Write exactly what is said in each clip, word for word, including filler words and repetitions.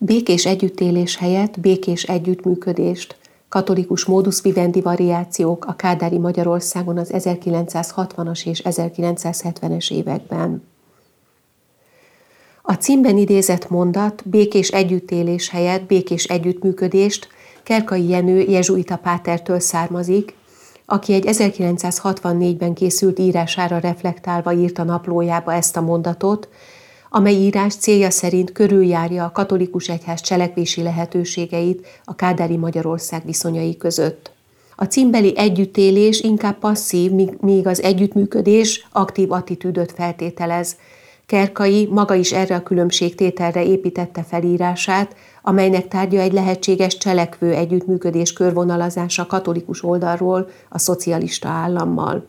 Békés együttélés helyett békés együttműködést, katolikus modus vivendi variációk a kádári Magyarországon az ezerkilencszázhatvanas és ezerkilencszázhetvenes években. A címben idézett mondat békés együttélés helyett békés együttműködést Kerkai Jenő jezsuita pátertől származik, aki egy ezerkilencszázhatvannégyben készült írására reflektálva írta naplójába ezt a mondatot, amely írás célja szerint körüljárja a katolikus egyház cselekvési lehetőségeit a kádári Magyarország viszonyai között. A címbeli együttélés inkább passzív, míg az együttműködés aktív attitűdöt feltételez. Kerkai maga is erre a különbségtételre építette felírását, amelynek tárgya egy lehetséges cselekvő együttműködés körvonalazása katolikus oldalról a szocialista állammal.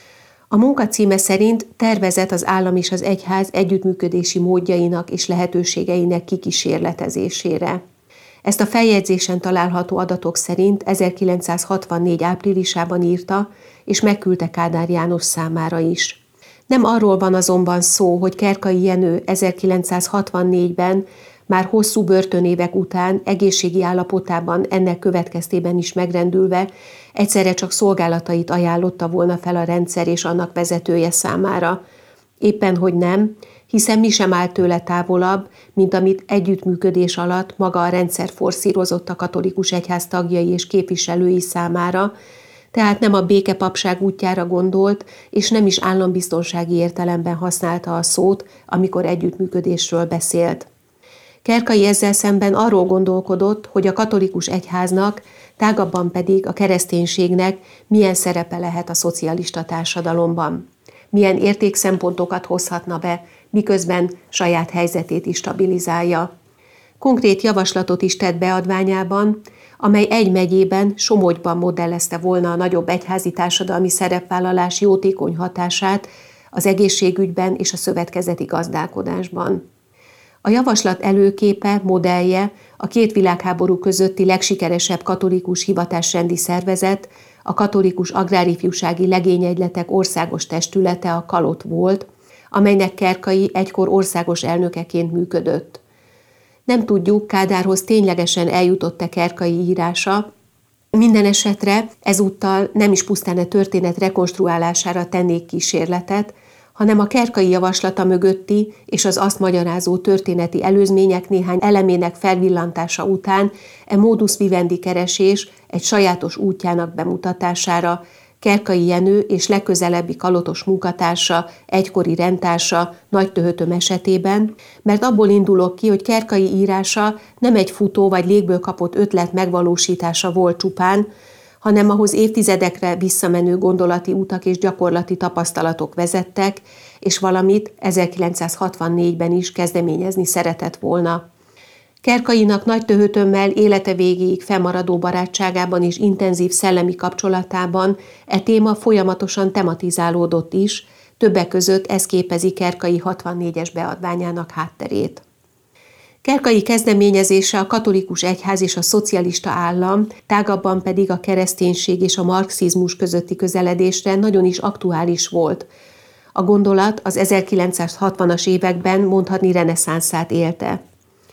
A munka címe szerint tervezet az állam és az egyház együttműködési módjainak és lehetőségeinek kikísérletezésére. Ezt a feljegyzésen található adatok szerint ezerkilencszázhatvannégy áprilisában írta, és megküldte Kádár János számára is. Nem arról van azonban szó, hogy Kerkai Jenő ezerkilencszázhatvannégyben már hosszú börtönévek után egészségi állapotában ennek következtében is megrendülve egyszerre csak szolgálatait ajánlotta volna fel a rendszer és annak vezetője számára. Éppen hogy nem, hiszen mi sem áll tőle távolabb, mint amit együttműködés alatt maga a rendszer forszírozott a katolikus egyház tagjai és képviselői számára, tehát nem a békepapság útjára gondolt, és nem is állambiztonsági értelemben használta a szót, amikor együttműködésről beszélt. Kerkai ezzel szemben arról gondolkodott, hogy a katolikus egyháznak, tágabban pedig a kereszténységnek milyen szerepe lehet a szocialista társadalomban. Milyen értékszempontokat hozhatna be, miközben saját helyzetét is stabilizálja. Konkrét javaslatot is tett beadványában, amely egy megyében, Somogyban modellezte volna a nagyobb egyházi társadalmi szerepvállalás jótékony hatását az egészségügyben és a szövetkezeti gazdálkodásban. A javaslat előképe, modellje a két világháború közötti legsikeresebb katolikus hivatásrendi szervezet, a Katolikus Agrárifjúsági Legényegyletek Országos Testülete, a Kalot volt, amelynek Kerkai egykor országos elnökeként működött. Nem tudjuk, Kádárhoz ténylegesen eljutott-e Kerkai írása, minden esetre ezúttal nem is pusztán a történet rekonstruálására tennék kísérletet, hanem a Kerkai javaslata mögötti és az azt magyarázó történeti előzmények néhány elemének felvillantása után e modus vivendi keresés egy sajátos útjának bemutatására, Kerkai Jenő és legközelebbi kalotos munkatársa, egykori rendtársa, Nagytöhötöm esetében, mert abból indulok ki, hogy Kerkai írása nem egy futó vagy légből kapott ötlet megvalósítása volt csupán, hanem ahhoz évtizedekre visszamenő gondolati utak és gyakorlati tapasztalatok vezettek, és valamit ezerkilencszázhatvannégyben is kezdeményezni szeretett volna. Kerkainak Nagytöhötömmel élete végéig fennmaradó barátságában és intenzív szellemi kapcsolatában e téma folyamatosan tematizálódott is, többek között ez képezi Kerkai hatvannégyes beadványának hátterét. Kerkai kezdeményezése a katolikus egyház és a szocialista állam, tágabban pedig a kereszténység és a marxizmus közötti közeledésre nagyon is aktuális volt. A gondolat az ezerkilencszázhatvanas években mondhatni reneszánszát élte.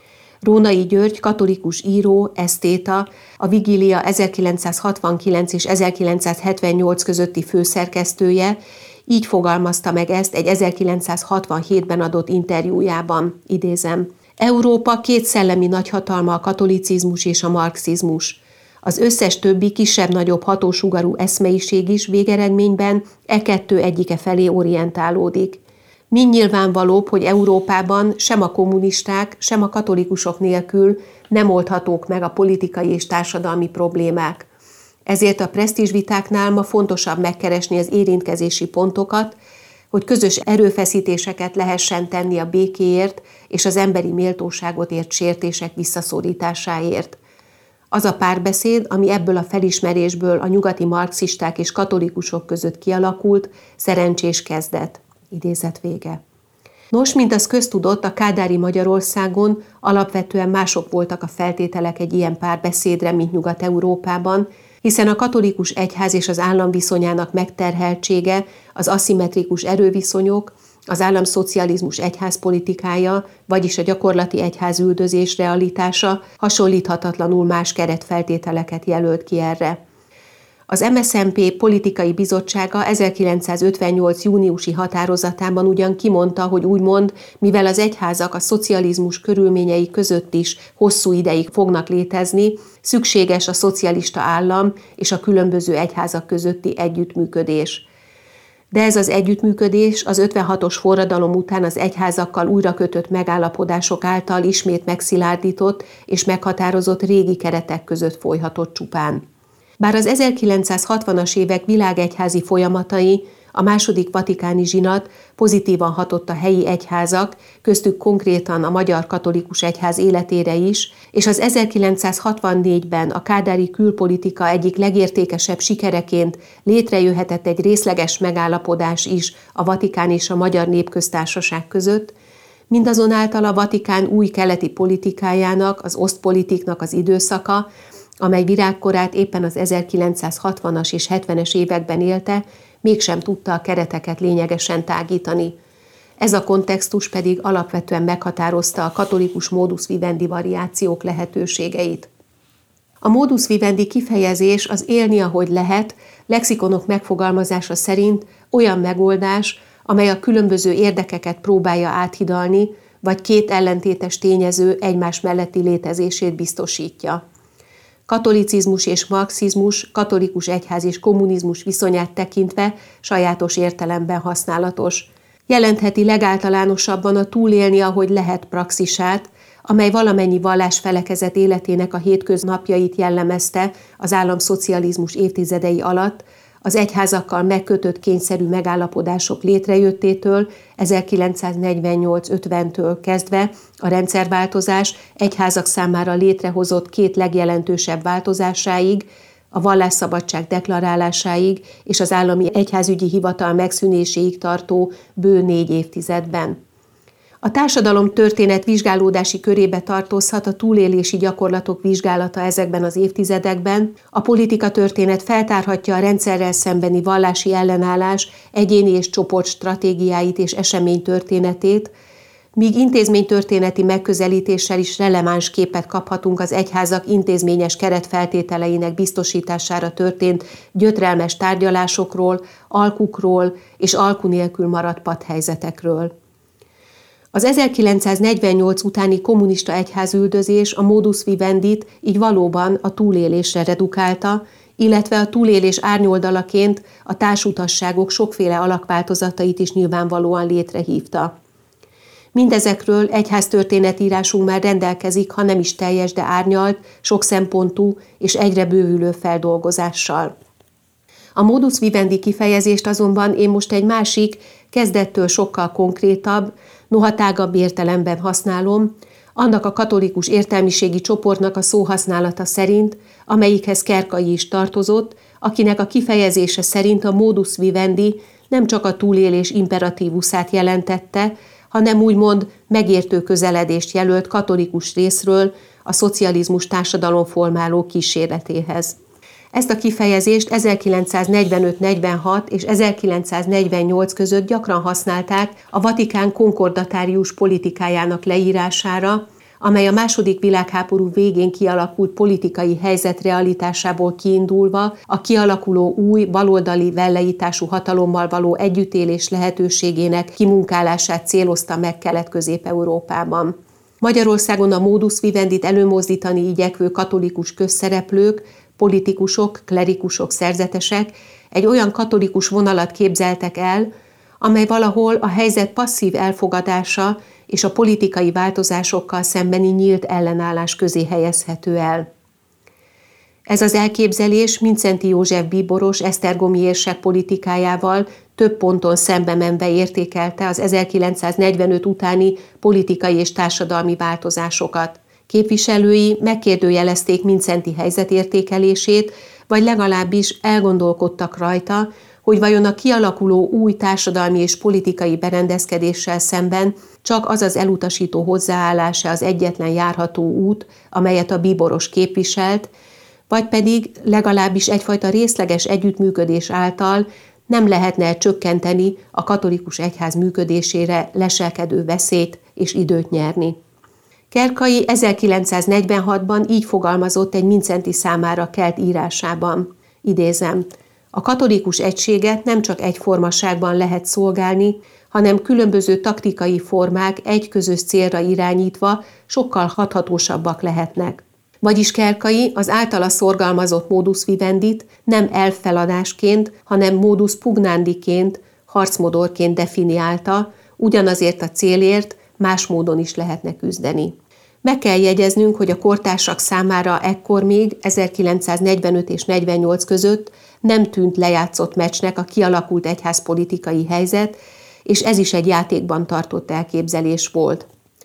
Rónai György, katolikus író, esztéta, a Vigília ezerkilencszázhatvankilenc és ezerkilencszázhetvennyolc közötti főszerkesztője, így fogalmazta meg ezt egy ezerkilencszázhatvanhétben adott interjújában, idézem. Európa két szellemi nagyhatalma a katolicizmus és a marxizmus. Az összes többi kisebb-nagyobb hatósugarú eszmeiség is végeredményben e kettő egyike felé orientálódik. Mind nyilvánvalóbb, hogy Európában sem a kommunisták, sem a katolikusok nélkül nem oldhatók meg a politikai és társadalmi problémák. Ezért a presztízsvitáknál ma fontosabb megkeresni az érintkezési pontokat, hogy közös erőfeszítéseket lehessen tenni a békéért és az emberi méltóságot ért sértések visszaszorításáért. Az a párbeszéd, ami ebből a felismerésből a nyugati marxisták és katolikusok között kialakult, szerencsés kezdet. Idézet vége. Nos, mint az köztudott, a kádári Magyarországon alapvetően mások voltak a feltételek egy ilyen párbeszédre, mint Nyugat-Európában, hiszen a katolikus egyház és az állam viszonyának megterheltsége, az aszimmetrikus erőviszonyok, az államszocializmus egyházpolitikája, vagyis a gyakorlati egyházüldözés realitása hasonlíthatatlanul más keretfeltételeket jelölt ki erre. Az em es zé en pé politikai bizottsága ezerkilencszázötvennyolc júniusi határozatában ugyan kimondta, hogy úgymond, mivel az egyházak a szocializmus körülményei között is hosszú ideig fognak létezni, szükséges a szocialista állam és a különböző egyházak közötti együttműködés. De ez az együttműködés az ötvenhatos forradalom után az egyházakkal újra kötött megállapodások által ismét megszilárdított és meghatározott régi keretek között folyhatott csupán. Bár az ezerkilencszázhatvanas évek világegyházi folyamatai, a második vatikáni zsinat pozitívan hatott a helyi egyházak, köztük konkrétan a Magyar Katolikus Egyház életére is, és az ezerkilencszázhatvannégyben a kádári külpolitika egyik legértékesebb sikereként létrejöhetett egy részleges megállapodás is a Vatikán és a Magyar Népköztársaság között, mindazonáltal a Vatikán új keleti politikájának, az osztpolitiknak az időszaka, amely virágkorát éppen az ezerkilencszázhatvanas és hetvenes években élte, mégsem tudta a kereteket lényegesen tágítani. Ez a kontextus pedig alapvetően meghatározta a katolikus modus vivendi variációk lehetőségeit. A modus vivendi kifejezés az élni, ahogy lehet, lexikonok megfogalmazása szerint olyan megoldás, amely a különböző érdekeket próbálja áthidalni, vagy két ellentétes tényező egymás melletti létezését biztosítja. Katolicizmus és marxizmus, katolikus egyház és kommunizmus viszonyát tekintve sajátos értelemben használatos. Jelentheti legáltalánosabban a túlélni, ahogy lehet praxisát, amely valamennyi vallásfelekezet életének a hétköznapjait jellemezte az államszocializmus évtizedei alatt, az egyházakkal megkötött kényszerű megállapodások létrejöttétől, ezerkilencszáznegyvennyolc ötventől kezdve a rendszerváltozás egyházak számára létrehozott két legjelentősebb változásáig, a vallásszabadság deklarálásáig és az állami egyházügyi hivatal megszűnéséig tartó bő négy évtizedben. A társadalom történet vizsgálódási körébe tartozhat a túlélési gyakorlatok vizsgálata ezekben az évtizedekben, a politika történet feltárhatja a rendszerrel szembeni vallási ellenállás egyéni és csoport stratégiáit és eseménytörténetét, míg intézménytörténeti megközelítéssel is releváns képet kaphatunk az egyházak intézményes keretfeltételeinek biztosítására történt gyötrelmes tárgyalásokról, alkukról és alku nélkül maradt padhelyzetekről. Az ezerkilencszáznegyvennyolc utáni kommunista egyházüldözés a modus vivendit így valóban a túlélésre redukálta, illetve a túlélés árnyoldalaként a társutasságok sokféle alakváltozatait is nyilvánvalóan létrehívta. Mindezekről egyháztörténetírásunk már rendelkezik, ha nem is teljes, de árnyalt, sok szempontú és egyre bővülő feldolgozással. A modus vivendi kifejezést azonban én most egy másik, kezdettől sokkal konkrétabb, noha tágabb értelemben használom, annak a katolikus értelmiségi csoportnak a szóhasználata szerint, amelyikhez Kerkai is tartozott, akinek a kifejezése szerint a modus vivendi nem csak a túlélés imperatívusát jelentette, hanem úgymond megértő közeledést jelölt katolikus részről a szocializmus társadalomformáló kísérletéhez. Ezt a kifejezést ezerkilencszáznegyvenöt negyvenhat és ezerkilencszáznegyvennyolc között gyakran használták a Vatikán konkordatárius politikájának leírására, amely a második világháború végén kialakult politikai helyzet realitásából kiindulva a kialakuló új, baloldali velleítású hatalommal való együttélés lehetőségének kimunkálását célozta meg Kelet-Közép-Európában. Magyarországon a modus vivendit előmozdítani igyekvő katolikus közszereplők, politikusok, klerikusok, szerzetesek egy olyan katolikus vonalat képzeltek el, amely valahol a helyzet passzív elfogadása és a politikai változásokkal szembeni nyílt ellenállás közé helyezhető el. Ez az elképzelés Mindszenty József bíboros esztergomi érsek politikájával több ponton szembe menve értékelte az ezerkilencszáznegyvenöt utáni politikai és társadalmi változásokat. Képviselői megkérdőjelezték Mindszenty helyzetértékelését, vagy legalábbis elgondolkodtak rajta, hogy vajon a kialakuló új társadalmi és politikai berendezkedéssel szemben csak az az elutasító hozzáállása az egyetlen járható út, amelyet a bíboros képviselt, vagy pedig legalábbis egyfajta részleges együttműködés által nem lehetne csökkenteni a katolikus egyház működésére leselkedő veszélyt és időt nyerni. Kerkai ezerkilencszáznegyvenhatban így fogalmazott egy Mindszenty számára kelt írásában, idézem, a katolikus egységet nem csak egyformaságban lehet szolgálni, hanem különböző taktikai formák egy közös célra irányítva sokkal hathatósabbak lehetnek. Vagyis Kerkai az általa szorgalmazott modus vivendit nem elfeladásként, hanem modus pugnandiként, harcmodorként definiálta, ugyanazért a célért más módon is lehetne küzdeni. Meg kell jegyeznünk, hogy a kortársak számára ekkor még ezerkilencszáznegyvenöt és negyvennyolc között nem tűnt lejátszott meccsnek a kialakult egyházpolitikai helyzet, és ez is egy játékban tartott elképzelés volt.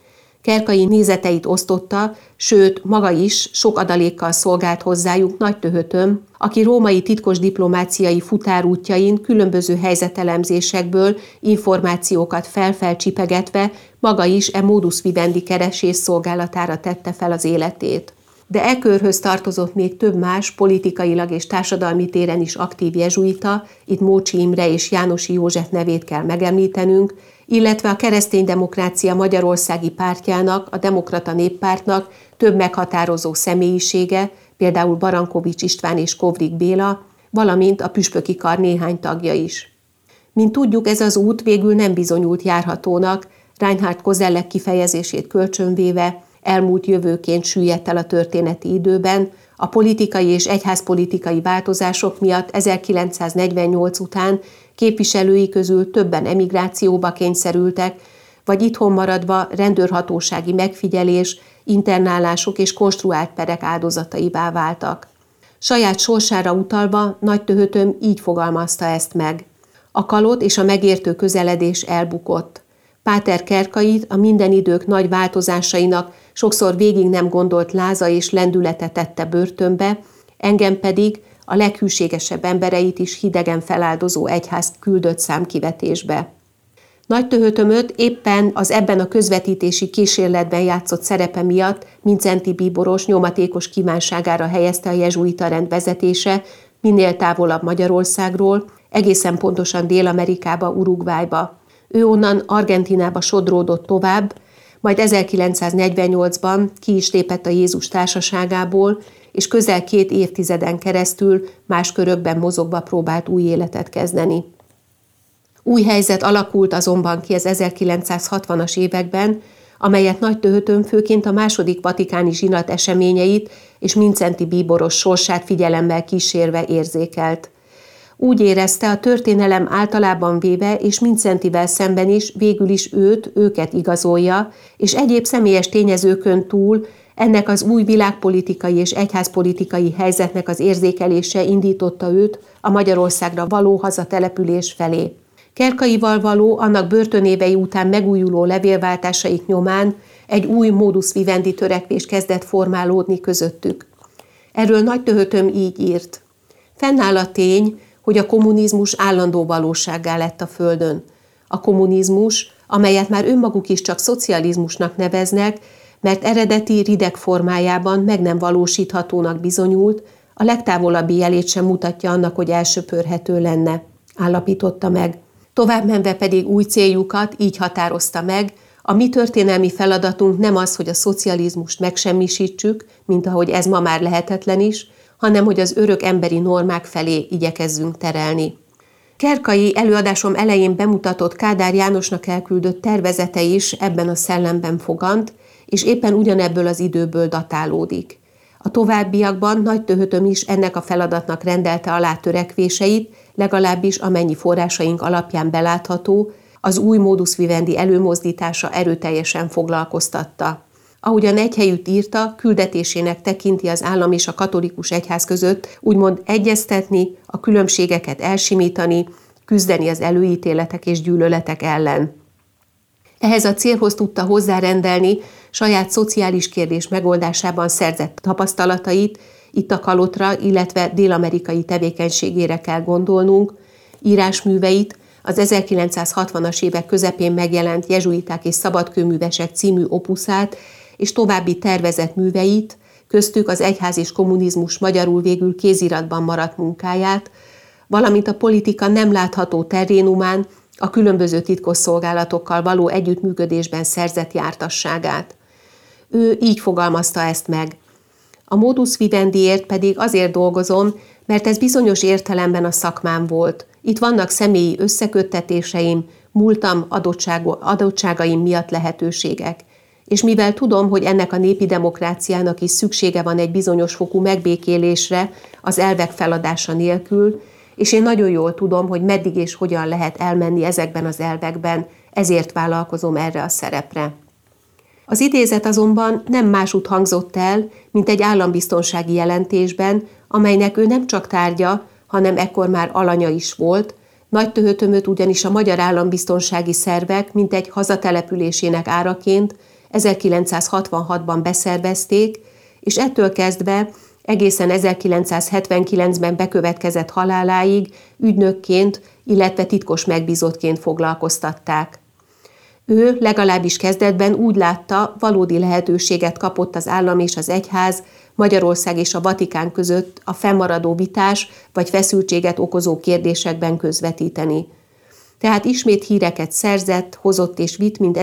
Kerkai nézeteit osztotta, sőt, maga is sok adalékkal szolgált hozzájuk Nagytöhötöm, aki római titkos diplomáciai futárútjain különböző helyzetelemzésekből információkat felfelcsipegetve maga is e modus vivendi keresés szolgálatára tette fel az életét. De e körhöz tartozott még több más politikailag és társadalmi téren is aktív jezsuita, itt Mócsi Imre és Jánosi József nevét kell megemlítenünk, illetve a Kereszténydemokrácia Magyarországi Pártjának, a Demokrata Néppártnak több meghatározó személyisége, például Barankovics István és Kovrik Béla, valamint a püspöki kar néhány tagja is. Mint tudjuk, ez az út végül nem bizonyult járhatónak, Reinhard Koselleck kifejezését kölcsönvéve, elmúlt jövőként süllyedt el a történeti időben, a politikai és egyházpolitikai változások miatt ezerkilencszáznegyvennyolc után képviselői közül többen emigrációba kényszerültek, vagy itthon maradva rendőrhatósági megfigyelés, internálások és konstruált perek áldozataivá váltak. Saját sorsára utalva Nagytöhötöm így fogalmazta ezt meg. A kalott és a megértő közeledés elbukott. Páter Kerkait a minden idők nagy változásainak sokszor végig nem gondolt láza és lendülete tette börtönbe, engem pedig a leghűségesebb embereit is hidegen feláldozó egyház küldött számkivetésbe. Nagytöhötömöt éppen az ebben a közvetítési kísérletben játszott szerepe miatt Mindszenty bíboros nyomatékos kívánságára helyezte a jezsuita rend vezetése minél távolabb Magyarországról, egészen pontosan Dél-Amerikába, Uruguayba. Ő onnan Argentinába sodródott tovább, majd ezerkilencszáznegyvennyolcban ki is lépett a Jézus társaságából, és közel két évtizeden keresztül más körökben mozogva próbált új életet kezdeni. Új helyzet alakult azonban ki az ezerkilencszázhatvanas években, amelyet Nagytöhötöm főként a második vatikáni zsinat eseményeit és Mindszenty bíboros sorsát figyelemmel kísérve érzékelt. Úgy érezte, a történelem általában véve és Mindszentyvel szemben is végül is őt, őket igazolja, és egyéb személyes tényezőkön túl ennek az új világpolitikai és egyházpolitikai helyzetnek az érzékelése indította őt a Magyarországra való hazatelepülés felé. Kerkaival való, annak börtönévei után megújuló levélváltásaik nyomán egy új modus vivendi törekvés kezdett formálódni közöttük. Erről Nagytöhötöm így írt. Fennáll a tény, hogy a kommunizmus állandó valósággá lett a Földön. A kommunizmus, amelyet már önmaguk is csak szocializmusnak neveznek, mert eredeti rideg formájában meg nem valósíthatónak bizonyult, a legtávolabbi jelét sem mutatja annak, hogy elsöpörhető lenne, állapította meg. Tovább menve pedig új céljukat így határozta meg, a mi történelmi feladatunk nem az, hogy a szocializmust megsemmisítsük, mint ahogy ez ma már lehetetlen is, hanem hogy az örök emberi normák felé igyekezzünk terelni. Kerkai előadásom elején bemutatott Kádár Jánosnak elküldött tervezete is ebben a szellemben fogant, és éppen ugyanebből az időből datálódik. A továbbiakban Nagytöhötöm is ennek a feladatnak rendelte alá törekvéseit, legalábbis amennyi forrásaink alapján belátható, az új modus vivendi előmozdítása erőteljesen foglalkoztatta. Ahogyan egyhelyütt írta, küldetésének tekinti az állam és a katolikus egyház között úgymond egyeztetni, a különbségeket elsimítani, küzdeni az előítéletek és gyűlöletek ellen. Ehhez a célhoz tudta hozzárendelni saját szociális kérdés megoldásában szerzett tapasztalatait, itt a kalottra, illetve dél-amerikai tevékenységére kell gondolnunk, írásműveit, az ezerkilencszázhatvanas évek közepén megjelent Jezsuiták és szabadkőművesek című opuszát és további tervezett műveit, köztük az Egyház és kommunizmus magyarul végül kéziratban maradt munkáját, valamint a politika nem látható terrénumán a különböző titkosszolgálatokkal való együttműködésben szerzett jártasságát. Ő így fogalmazta ezt meg. A modus vivendiért pedig azért dolgozom, mert ez bizonyos értelemben a szakmám volt. Itt vannak személyi összeköttetéseim, múltam adottságaim miatt lehetőségek. És mivel tudom, hogy ennek a népi demokráciának is szüksége van egy bizonyos fokú megbékélésre az elvek feladása nélkül, és én nagyon jól tudom, hogy meddig és hogyan lehet elmenni ezekben az elvekben, ezért vállalkozom erre a szerepre. Az idézet azonban nem másút hangzott el, mint egy állambiztonsági jelentésben, amelynek ő nem csak tárgya, hanem ekkor már alanya is volt. Nagytöhötömöt ugyanis a magyar állambiztonsági szervek mintegy hazatelepülésének áraként ezerkilencszázhatvanhatban beszervezték, és ettől kezdve egészen ezerkilencszázhetvenkilencben bekövetkezett haláláig ügynökként, illetve titkos megbízottként foglalkoztatták. Ő legalábbis kezdetben úgy látta, valódi lehetőséget kapott az állam és az egyház, Magyarország és a Vatikán között a fennmaradó vitás vagy feszültséget okozó kérdésekben közvetíteni. Tehát ismét híreket szerzett, hozott és vitt, mint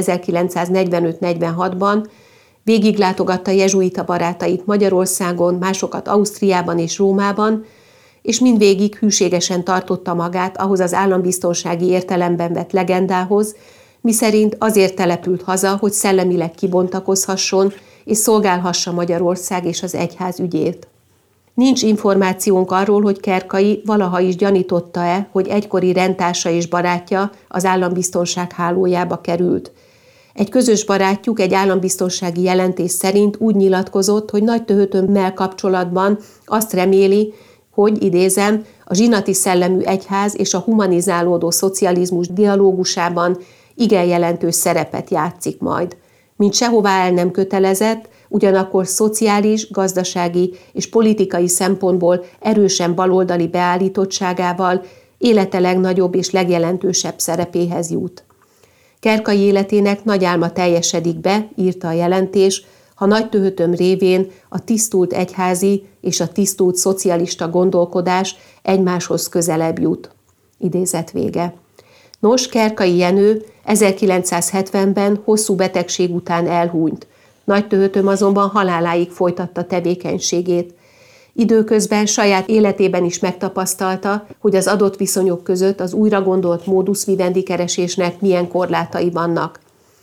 ezerkilencszáznegyvenöt-negyvenhatban, végiglátogatta jezsuita barátait Magyarországon, másokat Ausztriában és Rómában, és mindvégig hűségesen tartotta magát ahhoz az állambiztonsági értelemben vett legendához, miszerint azért települt haza, hogy szellemileg kibontakozhasson és szolgálhassa Magyarország és az egyház ügyét. Nincs információnk arról, hogy Kerkai valaha is gyanította-e, hogy egykori rendtársa és barátja az állambiztonság hálójába került. Egy közös barátjuk egy állambiztonsági jelentés szerint úgy nyilatkozott, hogy Nagytöhötömmel kapcsolatban azt reméli, hogy, idézem, a zsinati szellemű egyház és a humanizálódó szocializmus dialógusában igen jelentős szerepet játszik majd. Mint sehová el nem kötelezett, ugyanakkor szociális, gazdasági és politikai szempontból erősen baloldali beállítottságával élete legnagyobb és legjelentősebb szerepéhez jut. Kerkai életének nagy álma teljesedik be, írta a jelentés, ha Nagytöhötöm révén a tisztult egyházi és a tisztult szocialista gondolkodás egymáshoz közelebb jut. Idézet vége. Nos, Kerkai Jenő ezerkilencszázhetvenben hosszú betegség után elhunyt. Nagytöhötöm azonban haláláig folytatta tevékenységét. Időközben saját életében is megtapasztalta, hogy az adott viszonyok között az újra gondolt modus vivendi keresésnek milyen korlátai vannak.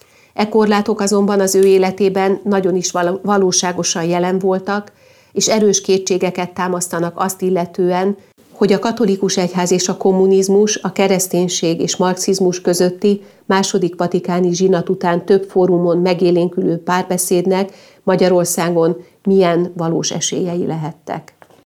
E korlátok azonban az ő életében nagyon is valóságosan jelen voltak, és erős kétségeket támasztanak azt illetően, hogy a katolikus egyház és a kommunizmus, a kereszténység és marxizmus közötti második vatikáni zsinat után több fórumon megélénkülő párbeszédnek Magyarországon milyen valós esélyei lehettek.